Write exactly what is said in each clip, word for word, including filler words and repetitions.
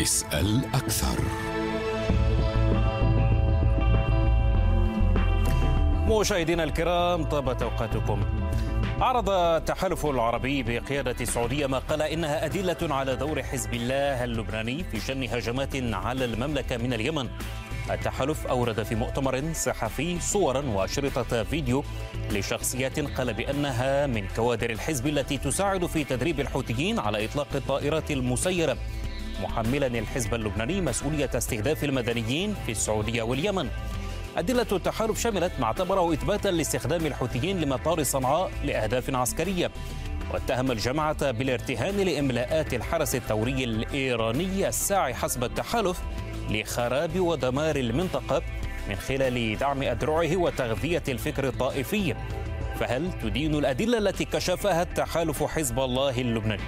اسأل أكثر. مشاهدينا الكرام، طابت أوقاتكم. عرض التحالف العربي بقيادة السعودية ما قال إنها أدلة على دور حزب الله اللبناني في شن هجمات على المملكة من اليمن. التحالف أورد في مؤتمر صحفي صورا وأشرطة فيديو لشخصيات قال بأنها من كوادر الحزب التي تساعد في تدريب الحوثيين على إطلاق الطائرات المسيرة، محملا الحزب اللبناني مسؤولية استهداف المدنيين في السعودية واليمن. أدلة التحالف شملت ما اعتبره إثباتا لاستخدام الحوثيين لمطار صنعاء لأهداف عسكرية، واتهم الجماعة بالارتهان لإملاءات الحرس الثوري الإيراني الساعي حسب التحالف لخراب ودمار المنطقة من خلال دعم أذرعه وتغذية الفكر الطائفي. فهل تدين الأدلة التي كشفها التحالف حزب الله اللبناني؟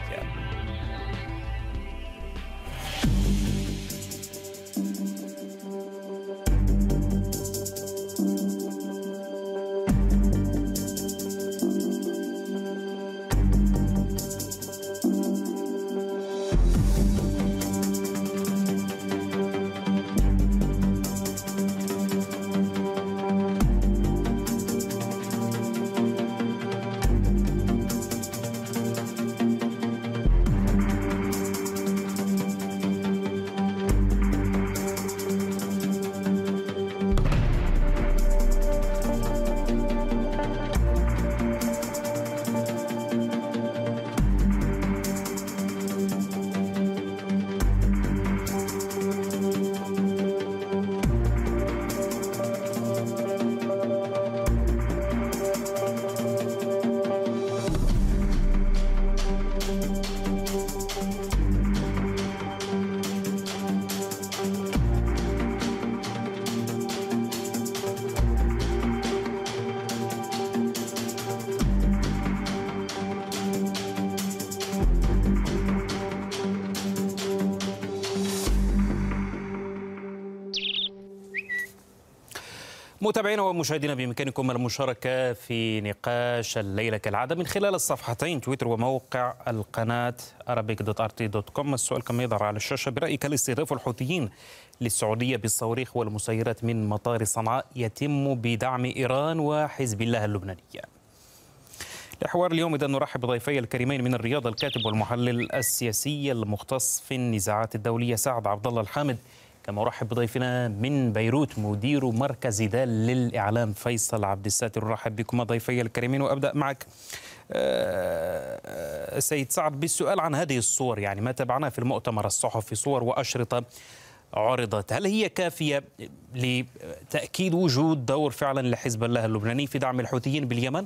متابعينا ومشاهدينا، بإمكانكم المشاركة في نقاش الليلة كالعادة من خلال الصفحتين تويتر وموقع القناة أرابيك دوت آر تي دوت كوم. السؤال كما يظهر على الشاشة: برأيك الاستهداف الحوثيين للسعودية بالصواريخ والمسيرات من مطار صنعاء يتم بدعم إيران وحزب الله اللبناني؟ لحوار اليوم إذا نرحب بضيفي الكريمين من الرياض الكاتب والمحلل السياسي المختص في النزاعات الدولية سعد عبد الله الحامد، كما أرحب بضيفنا من بيروت مدير مركز دال للإعلام فيصل عبد الساتر. أرحب بكم ضيفي الكريمين، وأبدأ معك سيد سعد بالسؤال عن هذه الصور. يعني ما تابعناه في المؤتمر الصحفي صور وأشرطة عرضت، هل هي كافية لتأكيد وجود دور فعلا لحزب الله اللبناني في دعم الحوثيين باليمن؟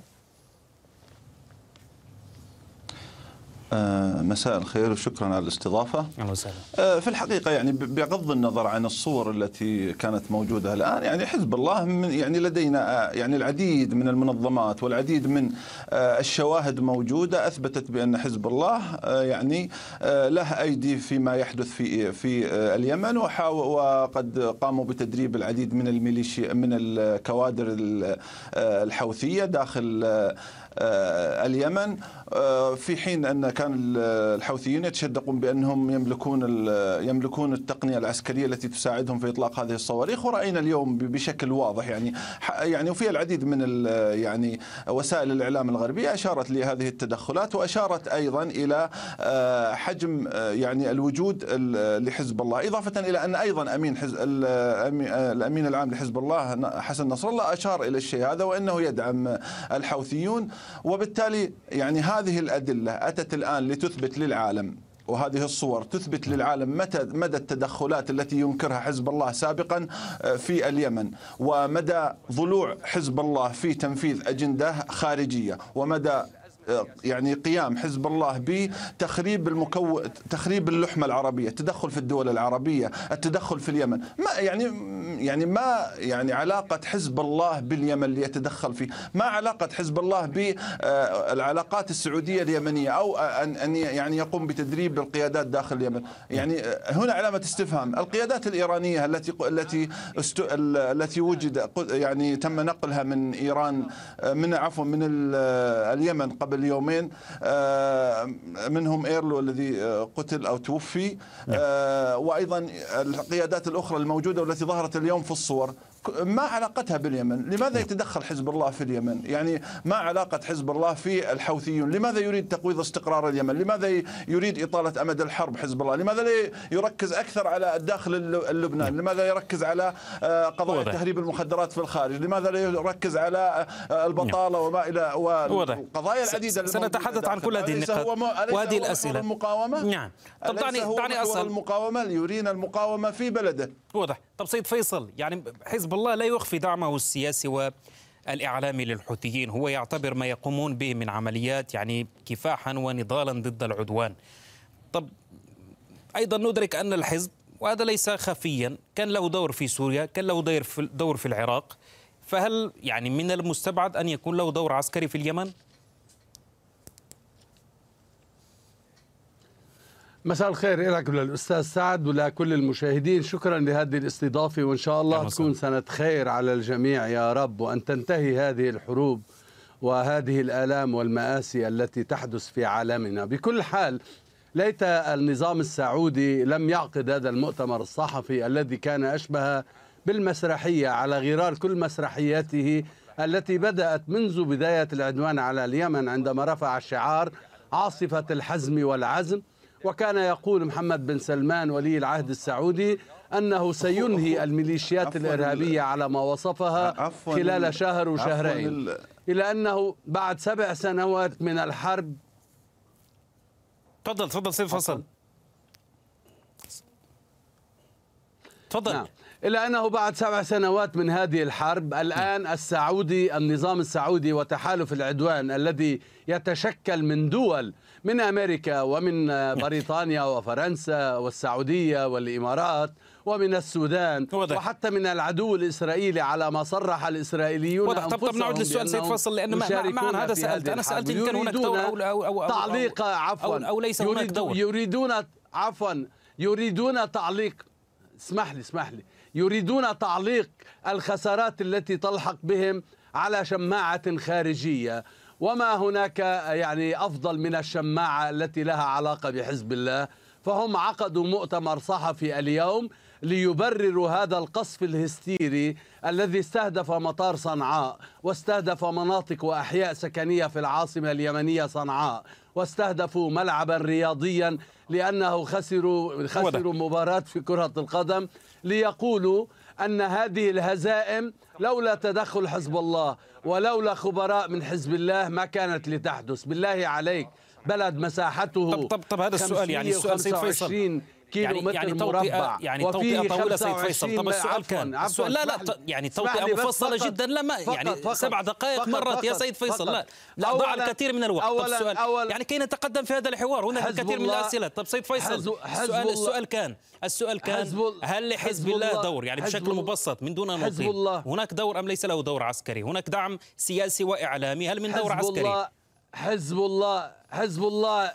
آه مساء الخير وشكرا على الاستضافة. أهلا وسهلا. آه في الحقيقة يعني بغض النظر عن الصور التي كانت موجودة الآن، يعني حزب الله من يعني لدينا يعني العديد من المنظمات والعديد من آه الشواهد موجودة أثبتت بأن حزب الله آه يعني آه له أيدي فيما يحدث في في آه اليمن، وقد قاموا بتدريب العديد من الميليشيا من الكوادر الحوثية داخل آه اليمن، في حين أن كان الحوثيين يتشدقون بأنهم يملكون يملكون التقنية العسكرية التي تساعدهم في إطلاق هذه الصواريخ. ورأينا اليوم بشكل واضح يعني يعني وفي العديد من يعني وسائل الإعلام الغربية أشارت لهذه التدخلات، وأشارت أيضا إلى حجم يعني الوجود لحزب الله، إضافة إلى أن أيضا أمين حزب الأمين العام لحزب الله حسن نصر الله أشار إلى الشيء هذا، وأنه يدعم الحوثيون. وبالتالي يعني هذه الأدلة أتت الآن لتثبت للعالم، وهذه الصور تثبت للعالم متى مدى التدخلات التي ينكرها حزب الله سابقا في اليمن، ومدى ضلوع حزب الله في تنفيذ أجندة خارجية، ومدى يعني قيام حزب الله بتخريب المكون تخريب اللحمة العربية، التدخل في الدول العربية، التدخل في اليمن. ما يعني يعني ما يعني علاقة حزب الله باليمن اللي يتدخل فيه؟ ما علاقة حزب الله بالعلاقات السعودية اليمنية أو أن أن يعني يقوم بتدريب القيادات داخل اليمن؟ يعني هنا علامة استفهام. القيادات الإيرانية التي التي التي وجد يعني تم نقلها من إيران من عفوا من اليمن قبل قبل يومين منهم إيرلو الذي قتل أو توفي، وأيضا القيادات الأخرى الموجودة والتي ظهرت اليوم في الصور. ما علاقتها باليمن؟ لماذا يتدخل حزب الله في اليمن؟ يعني ما علاقة حزب الله في الحوثيون؟ لماذا يريد تقويض استقرار اليمن؟ لماذا يريد إطالة أمد الحرب حزب الله؟ لماذا لا يركز أكثر على الداخل اللبناني؟ لماذا يركز على قضايا تهريب المخدرات في الخارج؟ لماذا لا يركز على البطالة وما إلى والقضايا العديدة؟ سنتحدث عن كل هذه النقاط وهذه الأسئلة. المقاومة؟ نعم. طب دعني دعني أسأل. المقاومة يرينا المقاومة في بلده. واضح. طب سيد فيصل، يعني حزب الله لا يخفي دعمه السياسي والإعلامي للحوثيين، هو يعتبر ما يقومون به من عمليات يعني كفاحا ونضالا ضد العدوان. طب أيضا ندرك أن الحزب، وهذا ليس خفيا، كان له دور في سوريا، كان له دور في دور في العراق، فهل يعني من المستبعد أن يكون له دور عسكري في اليمن؟ مساء الخير لك وللأستاذ سعد ولكل المشاهدين، شكرا لهذه الاستضافة، وإن شاء الله تكون سنة خير على الجميع يا رب، وأن تنتهي هذه الحروب وهذه الآلام والمآسي التي تحدث في عالمنا. بكل حال، ليت النظام السعودي لم يعقد هذا المؤتمر الصحفي الذي كان أشبه بالمسرحية على غرار كل مسرحياته التي بدأت منذ بداية العدوان على اليمن، عندما رفع الشعار عاصفة الحزم والعزم، وكان يقول محمد بن سلمان ولي العهد السعودي أنه سينهي الميليشيات الإرهابية على ما وصفها خلال شهر وشهرين، إلى أنه بعد سبع سنوات من الحرب. تفضل تفضل سيد فصل. تفضل. نعم. إلى أنه بعد سبع سنوات من هذه الحرب الآن السعودي، النظام السعودي وتحالف العدوان الذي يتشكل من دول من أمريكا ومن بريطانيا وفرنسا والسعودية والإمارات ومن السودان وحتى من العدو الإسرائيلي على ما صرح الإسرائيليون أنفسهم. طب, طب نعود للسؤال سيد فصل، لأن معا هذا سألت أنا سألت إن كان هناك دور أو, أو, أو, أو تعليق عفوا أو, أو ليس هناك دور. يريدون عفوا يريدون تعليق اسمح لي اسمح لي يريدون تعليق الخسارات التي تلحق بهم على شماعة خارجية، وما هناك يعني أفضل من الشماعة التي لها علاقة بحزب الله. فهم عقدوا مؤتمر صحفي اليوم ليبرروا هذا القصف الهستيري الذي استهدف مطار صنعاء، واستهدف مناطق وأحياء سكنية في العاصمة اليمنية صنعاء، واستهدفوا ملعبا رياضيا لأنه خسروا خسروا مباراة في كرة القدم، ليقولوا أن هذه الهزائم لولا تدخل حزب الله ولولا خبراء من حزب الله ما كانت لتحدث. بالله عليك، بلد مساحته طب طب طب هذا السؤال، يعني السؤال سيد فيصل، كيلو يعني متر يعني مربع، يعني توطئة طويلة سيد فيصل. طب السؤال كان السؤال لا لا يعني توطئة مفصلة جدا، لا ما يعني سبع دقائق مرت يا سيد فيصل، لا لا ضاع الكثير من الوقت. طب السؤال يعني كي نتقدم في هذا الحوار، هناك الكثير من الأسئلة. طب سيد فيصل، السؤال السؤال كان السؤال كان هل لحزب الله دور يعني بشكل مبسط من دون أن نطيل، هناك دور أم ليس له دور عسكري؟ هناك دعم سياسي وإعلامي، هل من دور عسكري؟ حزب الله حزب الله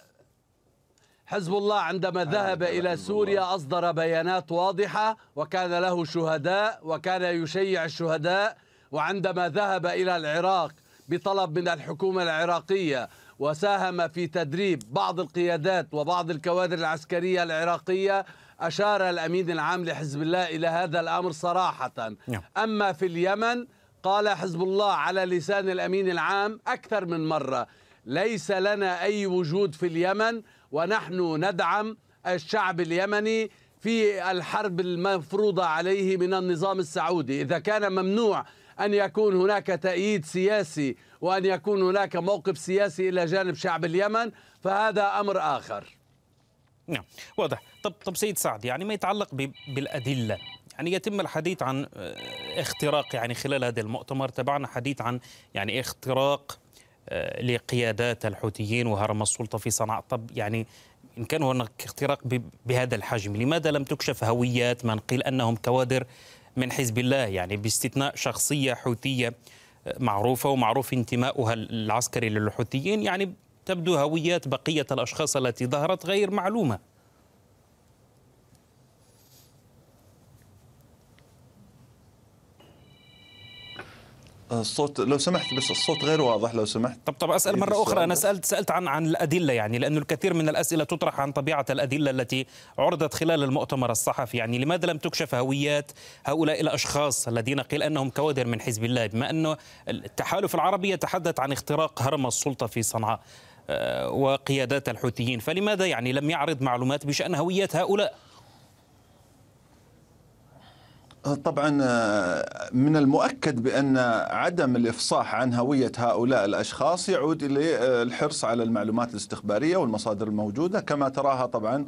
حزب الله عندما ذهب إلى سوريا أصدر بيانات واضحة وكان له شهداء وكان يشيع الشهداء، وعندما ذهب إلى العراق بطلب من الحكومة العراقية وساهم في تدريب بعض القيادات وبعض الكوادر العسكرية العراقية، أشار الأمين العام لحزب الله إلى هذا الأمر صراحة. أما في اليمن قال حزب الله على لسان الأمين العام أكثر من مرة: ليس لنا أي وجود في اليمن، ونحن ندعم الشعب اليمني في الحرب المفروضة عليه من النظام السعودي. إذا كان ممنوع أن يكون هناك تأييد سياسي وأن يكون هناك موقف سياسي إلى جانب شعب اليمن فهذا أمر آخر. نعم واضح. طب طب سيد سعد، يعني ما يتعلق بالأدلة، يعني يتم الحديث عن اختراق، يعني خلال هذا المؤتمر تابعنا حديث عن يعني اختراق لقيادات الحوثيين وهرم السلطة في صنعاء. طب يعني إن كان هناك اختراق بهذا الحجم، لماذا لم تكشف هويات من قيل أنهم كوادر من حزب الله، يعني باستثناء شخصية حوثية معروفة ومعروف انتماؤها العسكري للحوثيين، يعني تبدو هويات بقية الأشخاص التي ظهرت غير معلومة؟ الصوت لو سمحت، بس الصوت غير واضح لو سمحت. طب طب أسأل مرة أخرى. أنا سألت سألت عن عن الأدلة، يعني لأنه الكثير من الأسئلة تطرح عن طبيعة الأدلة التي عرضت خلال المؤتمر الصحفي. يعني لماذا لم تكشف هويات هؤلاء الأشخاص الذين قيل أنهم كوادر من حزب الله، بما أنه التحالف العربي يتحدث عن اختراق هرم السلطة في صنعاء وقيادات الحوثيين، فلماذا يعني لم يعرض معلومات بشأن هويات هؤلاء؟ طبعا من المؤكد بأن عدم الإفصاح عن هوية هؤلاء الأشخاص يعود إلى الحرص على المعلومات الاستخبارية والمصادر الموجودة كما تراها طبعا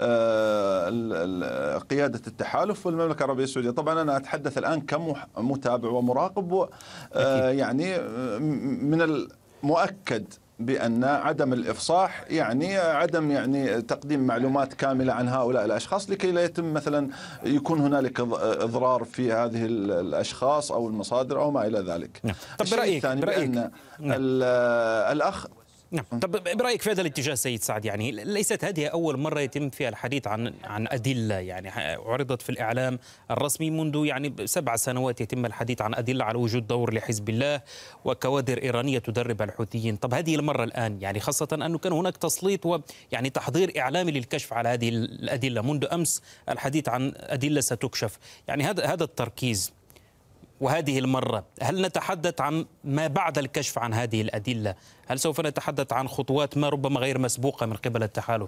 قيادة التحالف والمملكة العربية السعودية. طبعا أنا أتحدث الآن كمتابع ومراقب، يعني من المؤكد بأن عدم الإفصاح يعني عدم يعني تقديم معلومات كاملة عن هؤلاء الأشخاص لكي لا يتم مثلا يكون هنالك إضرار في هذه الأشخاص أو المصادر أو ما إلى ذلك. نعم. طب برأيك, برأيك. بأن نعم. الأخ نعم. طب برأيك في هذا الاتجاه سيد سعد، يعني ليست هذه أول مرة يتم فيها الحديث عن عن أدلة، يعني عرضت في الإعلام الرسمي منذ يعني سبع سنوات يتم الحديث عن أدلة على وجود دور لحزب الله وكوادر إيرانية تدرب الحوثيين. طب هذه المرة الآن، يعني خاصة أنه كان هناك تسليط ويعني تحضير إعلامي للكشف على هذه الأدلة، منذ أمس الحديث عن أدلة ستكشف، يعني هذا هذا التركيز. وهذه المرة هل نتحدث عن ما بعد الكشف عن هذه الأدلة؟ هل سوف نتحدث عن خطوات ما ربما غير مسبوقة من قبل التحالف؟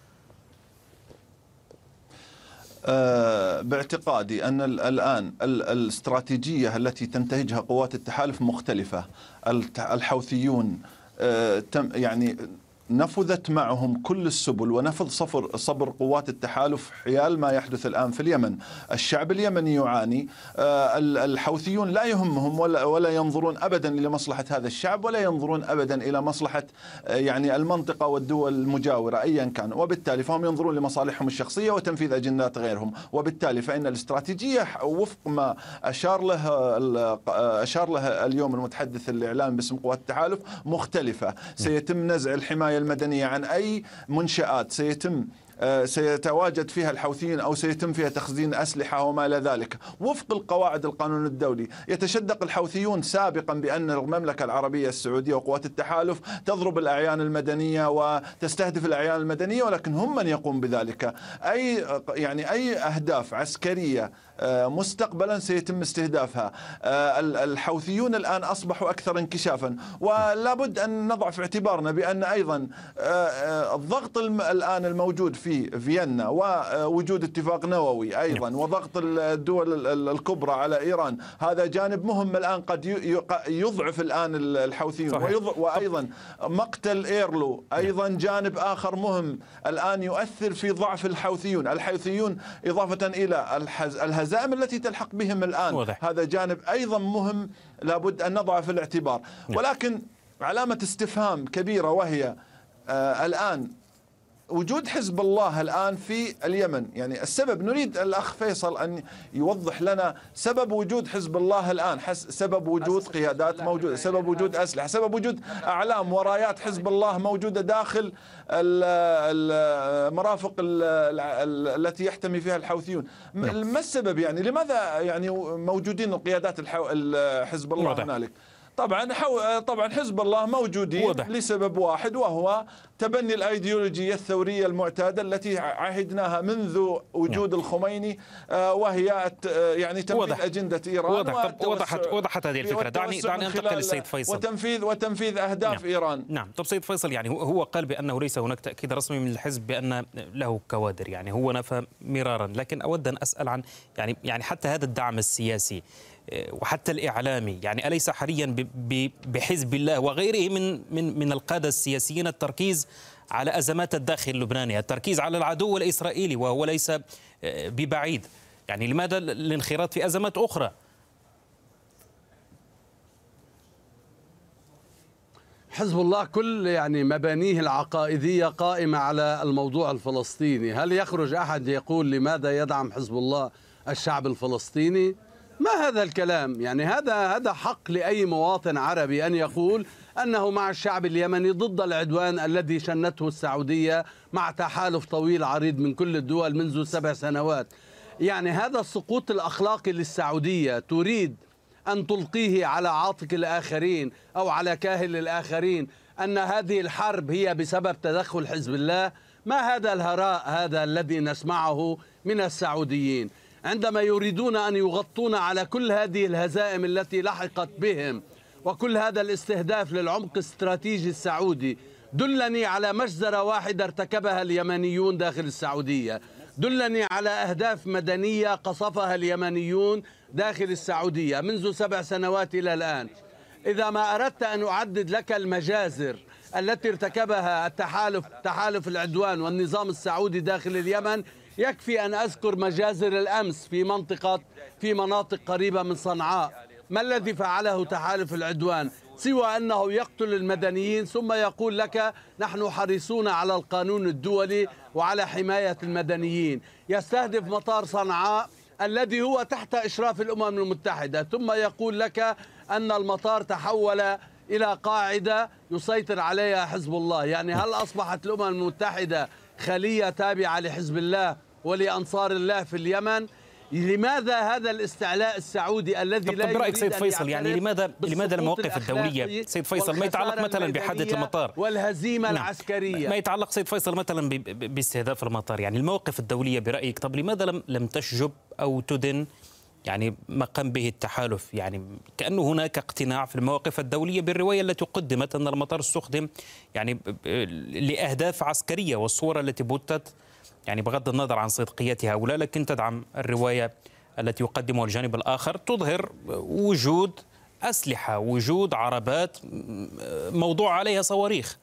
أه باعتقادي أن الآن الاستراتيجية التي تنتهجها قوات التحالف مختلفة. الحوثيون أه يعني نفذت معهم كل السبل ونفذ صبر صبر قوات التحالف حيال ما يحدث الآن في اليمن. الشعب اليمني يعاني، الحوثيون لا يهمهم ولا ولا ينظرون أبدا إلى مصلحة هذا الشعب ولا ينظرون أبدا إلى مصلحة يعني المنطقة والدول المجاورة أيا كان، وبالتالي فهم ينظرون لمصالحهم الشخصية وتنفيذ أجندات غيرهم. وبالتالي فإن الاستراتيجية وفق ما أشار له أشار له اليوم المتحدث الإعلامي باسم قوات التحالف مختلفة. سيتم نزع الحماية المدنية عن أي منشآت سيتم سيتواجد فيها الحوثيين أو سيتم فيها تخزين أسلحة وما إلى ذلك وفق القواعد القانون الدولي. يتشدق الحوثيون سابقا بأن المملكة العربية السعودية وقوات التحالف تضرب الأعيان المدنية وتستهدف الأعيان المدنية، ولكن هم من يقوم بذلك. أي يعني أي أهداف عسكرية مستقبلا سيتم استهدافها. الحوثيون الآن أصبحوا أكثر انكشافا، ولا بد أن نضع في اعتبارنا بأن أيضا الضغط الآن الموجود في فيينا ووجود اتفاق نووي أيضا وضغط الدول الكبرى على إيران هذا جانب مهم الآن قد يضعف الآن الحوثيون. وأيضا مقتل إيرلو أيضا جانب آخر مهم الآن يؤثر في ضعف الحوثيون. الحوثيون إضافة إلى الهزائم التي تلحق بهم الآن وضح. هذا جانب أيضا مهم لابد أن نضع في الاعتبار. ولكن علامة استفهام كبيرة وهي آه الآن وجود حزب الله الآن في اليمن. يعني السبب نريد الأخ فيصل أن يوضح لنا سبب وجود حزب الله الآن، سبب وجود قيادات موجودة، سبب وجود أسلحة، سبب وجود أعلام ورايات حزب الله موجودة داخل المرافق التي يحتمي فيها الحوثيون. ما السبب يعني لماذا يعني موجودين القيادات حزب الله هنالك؟ طبعا حو... طبعا حزب الله موجودين وضح. لسبب واحد وهو تبني الايديولوجيه الثوريه المعتاده التي عهدناها منذ وجود نعم. الخميني، وهي يعني تنفيذ اجنده ايران. وضح. وضحت وضحت هذه الفكره. دعني دعني انتقل للسيد فيصل. وتنفيذ وتنفيذ اهداف نعم. ايران. نعم. طب سيد فيصل، يعني هو قال بانه ليس هناك تاكيد رسمي من الحزب بان له كوادر، يعني هو نفى مرارا، لكن اود ان اسال عن يعني يعني حتى هذا الدعم السياسي وحتى الإعلامي، يعني أليس حريا بحزب الله وغيره من من من القادة السياسيين التركيز على أزمات الداخل اللبناني، التركيز على العدو الإسرائيلي وهو ليس ببعيد؟ يعني لماذا الانخراط في أزمات أخرى؟ حزب الله كل يعني مبانيه العقائدية قائمة على الموضوع الفلسطيني. هل يخرج أحد يقول لماذا يدعم حزب الله الشعب الفلسطيني؟ ما هذا الكلام؟ يعني هذا هذا حق لأي مواطن عربي أن يقول أنه مع الشعب اليمني ضد العدوان الذي شنته السعودية مع تحالف طويل عريض من كل الدول منذ سبع سنوات. يعني هذا السقوط الأخلاقي للسعودية تريد أن تلقيه على عاتق الآخرين أو على كاهل الآخرين أن هذه الحرب هي بسبب تدخل حزب الله. ما هذا الهراء هذا الذي نسمعه من السعوديين عندما يريدون أن يغطون على كل هذه الهزائم التي لحقت بهم وكل هذا الاستهداف للعمق الاستراتيجي السعودي؟ دلني على مجزرة واحدة ارتكبها اليمنيون داخل السعودية، دلني على أهداف مدنية قصفها اليمنيون داخل السعودية منذ سبع سنوات إلى الآن. إذا ما أردت أن أعدد لك المجازر التي ارتكبها التحالف تحالف العدوان والنظام السعودي داخل اليمن، يكفي أن أذكر مجازر الأمس في منطقة في مناطق قريبة من صنعاء. ما الذي فعله تحالف العدوان سوى أنه يقتل المدنيين ثم يقول لك نحن حريصون على القانون الدولي وعلى حماية المدنيين؟ يستهدف مطار صنعاء الذي هو تحت إشراف الأمم المتحدة ثم يقول لك أن المطار تحول إلى قاعدة يسيطر عليها حزب الله. يعني هل أصبحت الأمم المتحدة خلية تابعة لحزب الله ولأنصار الله في اليمن؟ لماذا هذا الاستعلاء السعودي الذي لا يريد برأيك سيد فيصل، يعني لماذا لماذا المواقف الدولية سيد فيصل ما يتعلق مثلا بحادث المطار والهزيمة نعم. العسكرية، ما يتعلق سيد فيصل مثلا باستهداف المطار، يعني المواقف الدولية برأيك طب لماذا لم لم تشجب أو تدن يعني ما قام به التحالف؟ يعني كأنه هناك اقتناع في المواقف الدولية بالرواية التي قدمت أن المطار استخدم يعني لأهداف عسكرية، والصورة التي بثت يعني بغض النظر عن صدقيتها أو لا لكن تدعم الرواية التي يقدمها الجانب الآخر، تظهر وجود أسلحة، وجود عربات موضوع عليها صواريخ.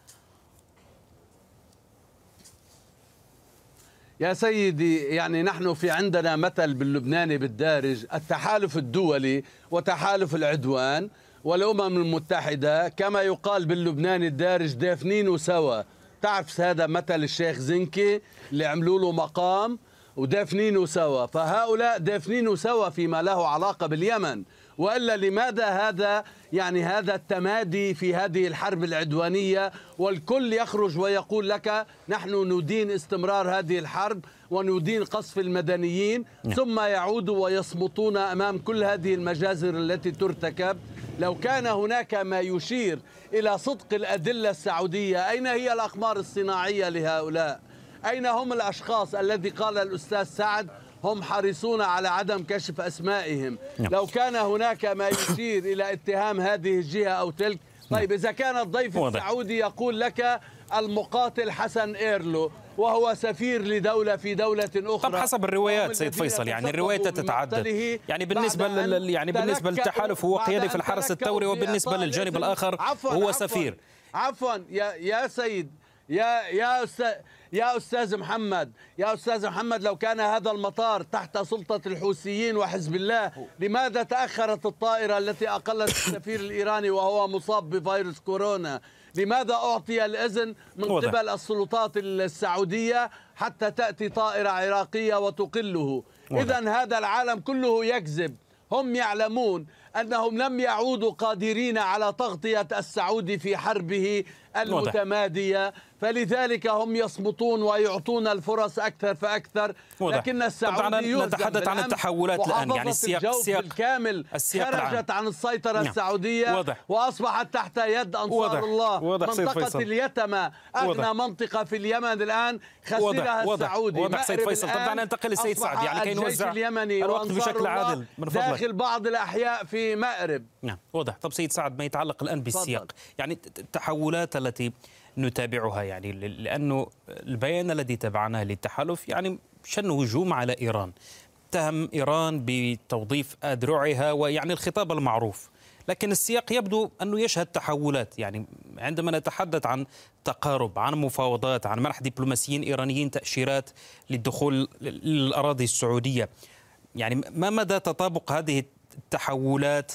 يا سيدي يعني نحن في عندنا مثل باللبناني بالدارج، التحالف الدولي وتحالف العدوان والأمم المتحدة كما يقال باللبناني الدارج دافنين سوا. تعرف هذا مثل الشيخ زنكي اللي عملوا له مقام ودافنين سوا، فهؤلاء دافنين سوا فيما له علاقة باليمن. وإلا لماذا هذا يعني هذا التمادي في هذه الحرب العدوانية والكل يخرج ويقول لك نحن ندين استمرار هذه الحرب وندين قصف المدنيين ثم يعودوا ويصمتون أمام كل هذه المجازر التي ترتكب؟ لو كان هناك ما يشير إلى صدق الأدلة السعودية، أين هي الأقمار الصناعية لهؤلاء؟ أين هم الأشخاص الذي قال الأستاذ سعد هم حريصون على عدم كشف أسمائهم؟ لو كان هناك ما يشير إلى اتهام هذه الجهة أو تلك، طيب إذا كان الضيف السعودي يقول لك المقاتل حسن إيرلو وهو سفير لدولة في دولة أخرى، طب حسب الروايات سيد فيصل يعني الروايات تتعدد، يعني بالنسبة لل يعني بالنسبة للتحالف هو قيادي في الحرس الثوري وبالنسبة للجانب الآخر هو سفير. عفوا يا يا سيد يا يا أستاذ يا أستاذ محمد يا أستاذ محمد لو كان هذا المطار تحت سلطة الحوثيين وحزب الله، لماذا تأخرت الطائرة التي أقلت السفير الإيراني وهو مصاب بفيروس كورونا؟ لماذا أعطي الإذن من قبل السلطات السعودية حتى تأتي طائرة عراقية وتقله؟ إذن هذا العالم كله يكذب. هم يعلمون أنهم لم يعودوا قادرين على تغطية السعودي في حربه المتمادية، فلذلك هم يصمتون ويعطون الفرص أكثر فأكثر. لكن السعودي نتحدث عن التحولات الآن، يعني السياق السياق بالكامل خرجت عن السيطرة نعم. السعودية واضح. وأصبحت تحت يد أنصار واضح. الله واضح. منطقة اليتمى أغنى واضح. منطقة في اليمن الآن خسرها واضح. السعودي. واضح سيد فيصل. طب دعنا ننتقل للسيد سعد يعني كي نوزع الوقت بشكل عادل من فضلك. داخل بعض الأحياء في مأرب. نعم واضح. طب سيد سعد ما يتعلق الآن بالسياق فضل. يعني التحولات التي نتابعها، يعني لأنه البيان الذي تبعناه للتحالف يعني شن هجوم على إيران، اتهم إيران بتوظيف أذرعها ويعني الخطاب المعروف، لكن السياق يبدو أنه يشهد تحولات. يعني عندما نتحدث عن تقارب، عن مفاوضات، عن منح دبلوماسيين إيرانيين تأشيرات للدخول للأراضي السعودية، يعني ما مدى تطابق هذه التحولات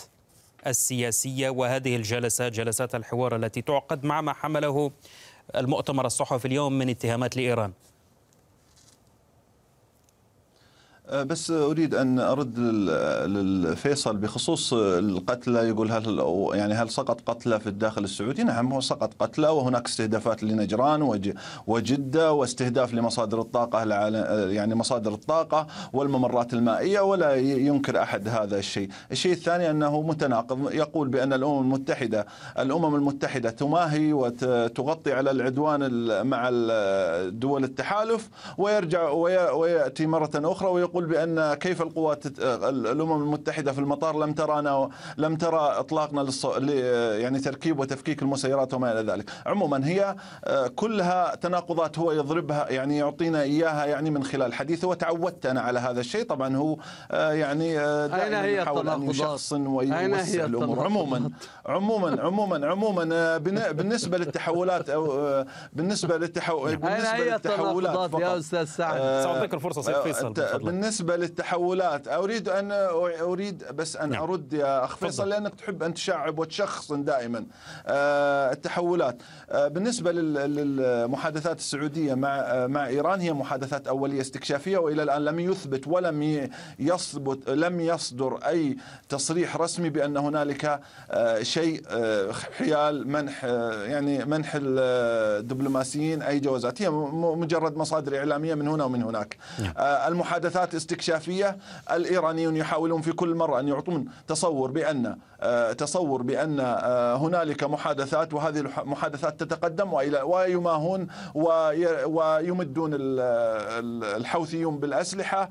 السياسية وهذه الجلسات جلسات الحوار التي تعقد مع ما حمله المؤتمر الصحفي اليوم من اتهامات لإيران؟ بس أريد أن أرد للفيصل بخصوص القتلى. يقول هل يعني هل سقط قتلى في الداخل السعودي؟ نعم، هو سقط قتلى، وهناك استهدافات لنجران وجدة، واستهداف لمصادر الطاقة يعني مصادر الطاقة والممرات المائية، ولا ينكر أحد هذا الشيء. الشيء الثاني أنه متناقض، يقول بأن الأمم المتحدة الأمم المتحدة تماهي وتغطي على العدوان مع دول التحالف، ويرجع ويأتي مرة أخرى ويقول بأن كيف القوات الأمم المتحدة في المطار لم ترانا لم ترى إطلاقنا للص... يعني تركيب وتفكيك المسيرات وما إلى ذلك. عموما هي كلها تناقضات هو يضربها يعني يعطينا إياها يعني من خلال حديثه، وتعودت أنا على هذا الشيء. طبعا هو يعني دائما يحاول أن يشخصن ويوسع الأمور. عموما عموما عموما عموما بالنسبة للتحولات أو بالنسبة للتحول بالنسبة للتحولات يا أستاذ سعد، سأعطيك الفرصة سيد فيصل. بالنسبة للتحولات أريد أن أريد بس أن أرد يا أخ فيصل، لأنك تحب أن تشعب وتشخصن دائما التحولات. بالنسبة للمحادثات السعودية مع مع إيران، هي محادثات أولية استكشافية، وإلى الآن لم يثبت ولم يثبت لم يصدر أي تصريح رسمي بأن هنالك شيء حيال منح يعني منح الدبلوماسيين أي جوازات. هي مجرد مصادر إعلامية من هنا ومن هناك. المحادثات استكشافية. الإيرانيون يحاولون في كل مرة أن يعطون تصور بأن تصور بأن هنالك محادثات، وهذه المحادثات تتقدم ويماهون ويمدون الحوثيون بالأسلحة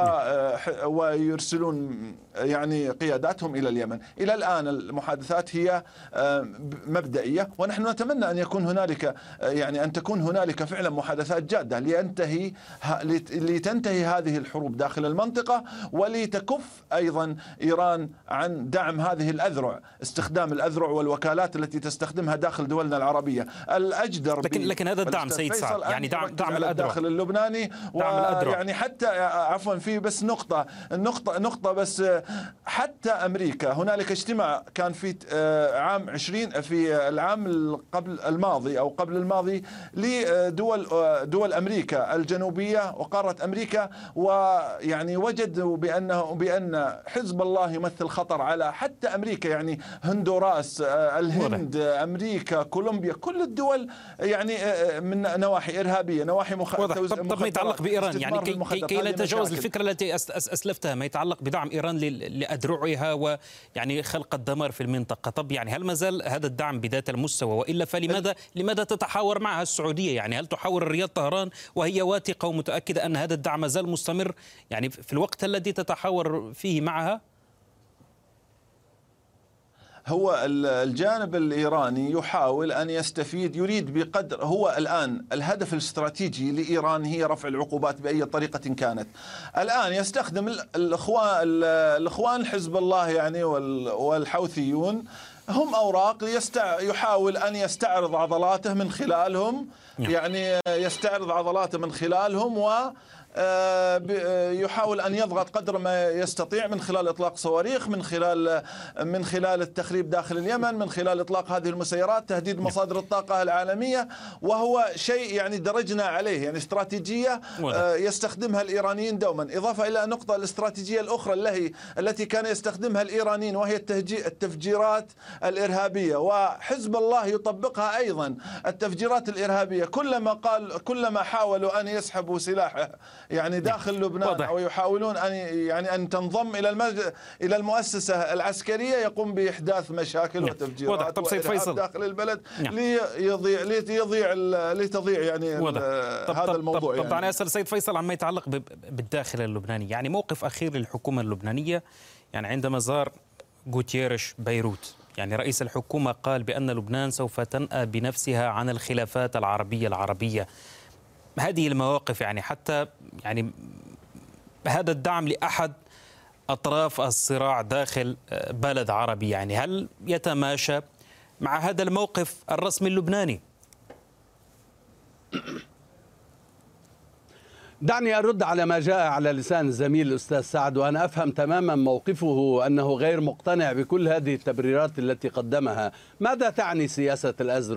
ويرسلون يعني قياداتهم إلى اليمن. إلى الآن المحادثات هي مبدئية، ونحن نتمنى أن يكون هنالك يعني أن تكون هنالك فعلا محادثات جادة لينتهي لتنتهي هذه الحروب داخل المنطقة، ولتكف أيضا إيران عن دعم هذه الأذرع، استخدام الأذرع والوكالات التي تستخدمها داخل دولنا العربية. الأجدر لكن لكن هذا الدعم سيد سعد يعني دعم دعم الأذرع داخل اللبناني، ويعني حتى عفوا في بس نقطة نقطة نقطة بس حتى أمريكا، هنالك اجتماع كان في عام عشرين في العام قبل الماضي أو قبل الماضي لدول دول أمريكا الجنوبية وقارة أمريكا، ويعني وجدوا بأنه بأن حزب الله يمثل خطر على حتى أمريكا، يعني هندوراس، الهند، أمريكا، كولومبيا، كل الدول يعني من نواحي إرهابية، نواحي مخ... طب ما يتعلق بإيران يعني كي, كي, كي لا نتجاوز الفكرة التي أسلفتها، ما يتعلق بدعم إيران لأذرعها ويعني خلق الدمار في المنطقة. طب يعني هل ما زال هذا الدعم بذات المستوى؟ وإلا فلماذا لماذا تتحاور معها السعودية؟ يعني هل تحاور الرياض طهران وهي واثقة ومتأكدة أن هذا الدعم ما زال مستمر يعني في الوقت الذي تتحاور فيه معها؟ هو الجانب الإيراني يحاول أن يستفيد، يريد بقدر هو الآن الهدف الاستراتيجي لإيران هي رفع العقوبات بأي طريقة كانت. الآن يستخدم الإخوان الإخوان حزب الله يعني والحوثيون هم أوراق يستع... يحاول أن يستعرض عضلاته من خلالهم، يعني يستعرض عضلاته من خلالهم و يحاول أن يضغط قدر ما يستطيع من خلال إطلاق صواريخ، من خلال من خلال التخريب داخل اليمن، من خلال إطلاق هذه المسيرات، تهديد مصادر الطاقة العالمية، وهو شيء يعني درجنا عليه، يعني استراتيجية يستخدمها الإيرانيين دوما. إضافة إلى النقطة الاستراتيجية الأخرى التي التي كان يستخدمها الإيرانيين، وهي التفجيرات الإرهابية، وحزب الله يطبقها أيضا التفجيرات الإرهابية. كلما قال كلما حاولوا أن يسحبوا سلاحه يعني داخل لبنان واضح. أو يحاولون أن يعني أن تنضم إلى المج... إلى المؤسسة العسكرية، يقوم بإحداث مشاكل نعم. وتفجيرات وإرهاب داخل البلد نعم. ليضيع ليضيع لتضيع يعني هذا الموضوع. طب يعني. طبعا أسأل سيد فيصل عما يتعلق بالداخل اللبناني، يعني موقف أخير للحكومة اللبنانية يعني عندما زار غوتيريش بيروت، يعني رئيس الحكومة قال بأن لبنان سوف تنأى بنفسها عن الخلافات العربية العربية. هذه المواقف يعني حتى يعني هذا الدعم لأحد أطراف الصراع داخل بلد عربي، يعني هل يتماشى مع هذا الموقف الرسمي اللبناني؟ دعني أرد على ما جاء على لسان الزميل الأستاذ سعد، وأنا أفهم تماما موقفه أنه غير مقتنع بكل هذه التبريرات التي قدمها. ماذا تعني سياسة الأزرع؟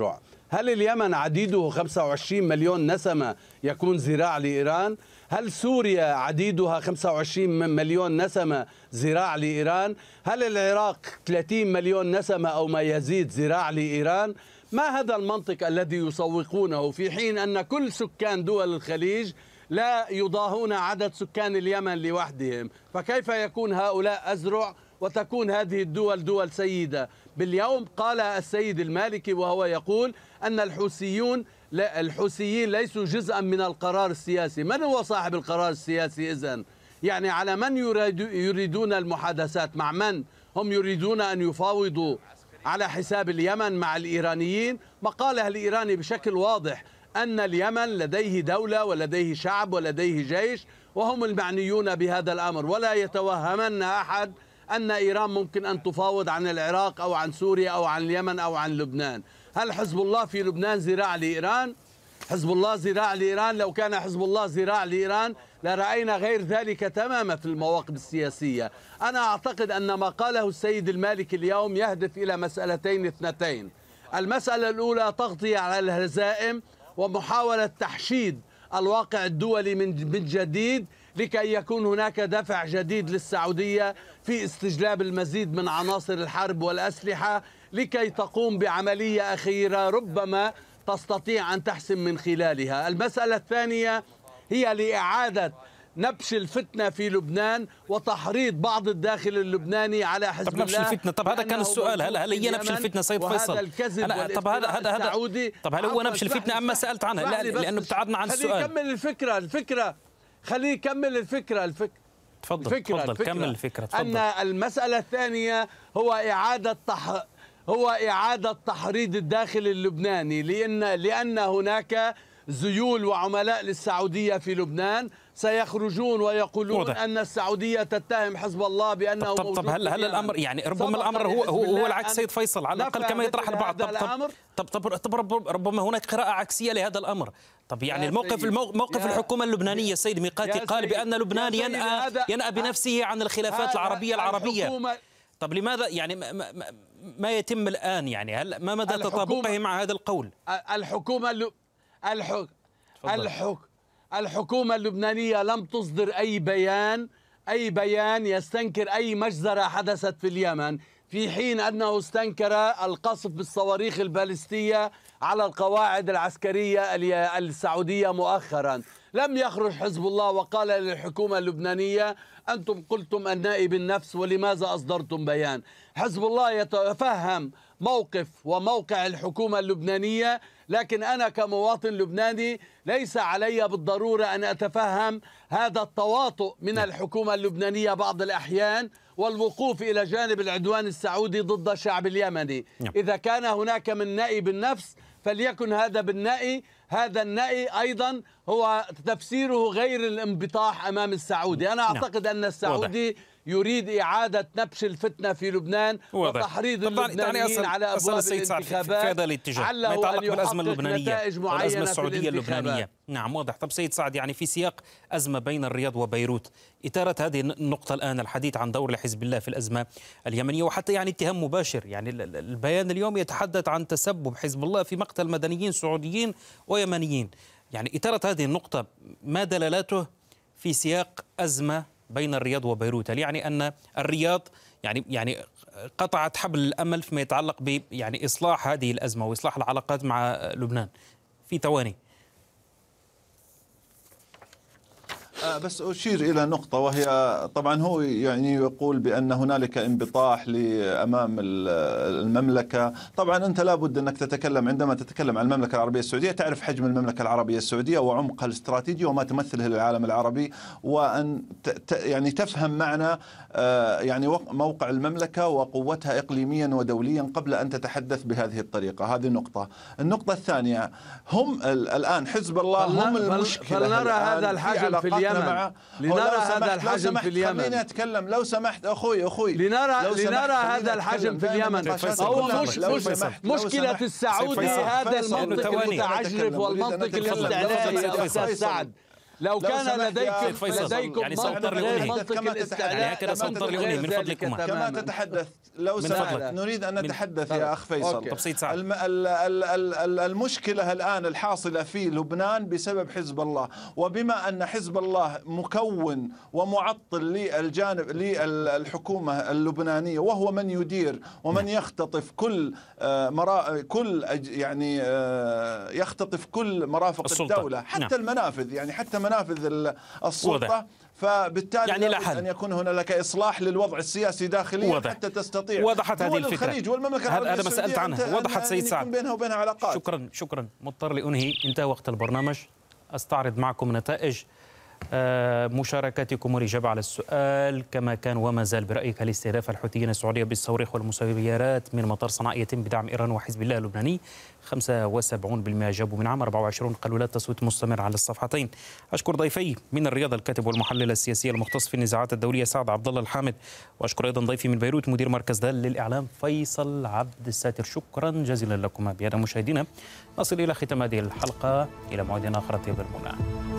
هل اليمن عديده خمسة وعشرين مليون نسمة يكون ذراع لإيران؟ هل سوريا عديدها خمسة وعشرين مليون نسمة ذراع لإيران؟ هل العراق ثلاثين مليون نسمة أو ما يزيد ذراع لإيران؟ ما هذا المنطق الذي يسوقونه في حين أن كل سكان دول الخليج لا يضاهون عدد سكان اليمن لوحدهم؟ فكيف يكون هؤلاء أزرع وتكون هذه الدول دول سيدة؟ باليوم قال السيد المالكي وهو يقول أن الحوثيون الحوثيين ليسوا جزءا من القرار السياسي. من هو صاحب القرار السياسي إذن؟ يعني على من يريدون المحادثات؟ مع من؟ هم يريدون أن يفاوضوا على حساب اليمن مع الإيرانيين؟ مقاله الإيراني بشكل واضح أن اليمن لديه دولة ولديه شعب ولديه جيش وهم المعنيون بهذا الأمر، ولا يتوهمن أحد أن إيران ممكن أن تفاوض عن العراق أو عن سوريا أو عن اليمن أو عن لبنان. هل حزب الله في لبنان ذراع لإيران؟ حزب الله ذراع لإيران؟ لو كان حزب الله ذراع لإيران لرأينا غير ذلك تماما في المواقف السياسية. أنا أعتقد أن ما قاله السيد المالكي اليوم يهدف إلى مسألتين اثنتين. المسألة الأولى تغطية على الهزائم ومحاولة تحشيد الواقع الدولي من جديد لكي يكون هناك دفع جديد للسعودية في استجلاب المزيد من عناصر الحرب والأسلحة لكي تقوم بعملية أخيرة ربما تستطيع أن تحسم من خلالها. المسألة الثانية هي لإعادة نبش الفتنة في لبنان وتحريض بعض الداخل اللبناني على حزب الله. طب نبش الفتنة، طب هذا كان السؤال، هل هل هي نبش الفتنة سيد فيصل؟ أنا طب هذا هذا هذا طب هل هو نبش الفتنة أم ما سألت عنها؟ لا لأنه ابتعدنا عن السؤال. خليه يكمل الفكرة الفكرة خليه يكمل الفكرة الفكرة تفضل الفكرة تفضل الفكرة. كمل الفكرة تفضل. أن المسألة الثانية هو إعادة تح... هو إعادة تحريض الداخل اللبناني، لأن لأن هناك ذيول وعملاء للسعودية في لبنان سيخرجون ويقولون وضح. أن السعودية تتهم حزب الله بأنه طب, طب هل هل الأمر يعني ربما الأمر هو هو, هو العكس سيد فيصل على الأقل كما يطرح البعض. طب طب, طب, طب ربما هناك قراءة عكسية لهذا الأمر. طب يعني الموقف موقف الحكومة اللبنانية السيد ميقاتي قال بأن لبنان ينأى ينأى بنفسه عن الخلافات العربية العربية. طب لماذا يعني ما, ما, ما يتم الآن؟ يعني هل ما مدى تطابقه مع هذا القول؟ الحكومة اللب... الحك... الحك... الحكومة اللبنانية لم تصدر أي بيان أي بيان يستنكر أي مجزرة حدثت في اليمن، في حين أنه استنكر القصف بالصواريخ البالستية على القواعد العسكرية السعودية مؤخرا. لم يخرج حزب الله وقال للحكومة اللبنانية أنتم قلتم النائي بالنفس ولماذا أصدرتم بيان؟ حزب الله يتفهم موقف وموقع الحكومة اللبنانية، لكن أنا كمواطن لبناني ليس علي بالضرورة أن أتفهم هذا التواطؤ من الحكومة اللبنانية بعض الأحيان والوقوف إلى جانب العدوان السعودي ضد الشعب اليمني. إذا كان هناك من نائي بالنفس فليكن هذا بالنائي. هذا النائي أيضا هو تفسيره غير الانبطاح أمام السعودي. أنا أعتقد أن السعودي يريد إعادة نبش الفتنة في لبنان وتحريض اللبنانيين على أبواب الانتخابات في هذا الاتجاه ما يتعلق بالأزمة اللبنانية والأزمة السعودية اللبنانية. نعم واضح. طب سيد سعد، يعني في سياق أزمة بين الرياض وبيروت، إثارة هذه النقطة الآن الحديث عن دور حزب الله في الأزمة اليمنية وحتى يعني اتهام مباشر، يعني البيان اليوم يتحدث عن تسبب حزب الله في مقتل مدنيين سعوديين ويمنيين. يعني إثارة هذه النقطة ما دلالاته في سياق أزمة بين الرياض وبيروت؟ هل يعني أن الرياض يعني يعني قطعت حبل الأمل فيما يتعلق ب يعني إصلاح هذه الأزمة وإصلاح العلاقات مع لبنان في ثواني؟ بس أشير إلى نقطة، وهي طبعا هو يعني يقول بأن هنالك انبطاح أمام المملكة. طبعا أنت لابد أنك تتكلم عندما تتكلم عن المملكة العربية السعودية تعرف حجم المملكة العربية السعودية وعمقها الاستراتيجي وما تمثله للعالم العربي، وأن يعني تفهم معنى يعني موقع المملكة وقوتها إقليميا ودوليا قبل أن تتحدث بهذه الطريقة. هذه النقطة. النقطة الثانية، هم الآن حزب الله هم المشكلة. فلنرى هذا الحجم في اليمن. لنرى هذا الحجم في اليمن. خليني أتكلم لو سمحت أخوي أخوي لنرى لنرى هذا الحجم في اليمن. هو مش مش مشكلة السعودي هذا المنطق المتعجرف والمنطق الاستعلائي يا أستاذ سعد. لو كان لديكم لديكم يعني سأنطر لأنهي كما يعني هكذا سأنطر لأنهي من فضلكم كما تتحدث لو سمحت نريد أن نتحدث يا أخ فيصل. الم... ال... ال... ال... المشكلة الآن الحاصلة في لبنان بسبب حزب الله، وبما أن حزب الله مكون ومعطل للجانب للحكومة اللبنانية، وهو من يدير ومن يختطف كل مرا... كل يعني يختطف كل مرافق السلطة. الدولة حتى نعم. المنافذ يعني حتى منافذ السلطة وضع. فبالتالي يعني لابد أن يكون هناك إصلاح للوضع السياسي داخليا وضح. حتى تستطيع وضحت هذه الفكرة. الخليج والمملكة العربية هذا ما سألت عنها وضحت سيد سعد. بينها وبينها علاقات. شكرا شكرا مضطر لأنهي انتهى وقت البرنامج. أستعرض معكم نتائج مشاركتكم والإجابة على السؤال كما كان وما زال. برأيك هل استهداف الحوثيين السعودية بالصواريخ والمسيرات من مطار صنعاء يتم بدعم إيران وحزب الله اللبناني؟ خمسة وسبعين بالمئة جابوا من عام، أربعة وعشرين قالوا لا. التصويت مستمر على الصفحتين. أشكر ضيفي من الرياض الكاتب والمحلل السياسي المختص في النزاعات الدولية سعد عبد الله الحامد، وأشكر أيضا ضيفي من بيروت مدير مركز دال للإعلام فيصل عبد الساتر. شكرا جزيلا لكم. بهذا مشاهدينا نصل إلى ختام هذه الحلقة، إلى موعد آخر طيب المنى.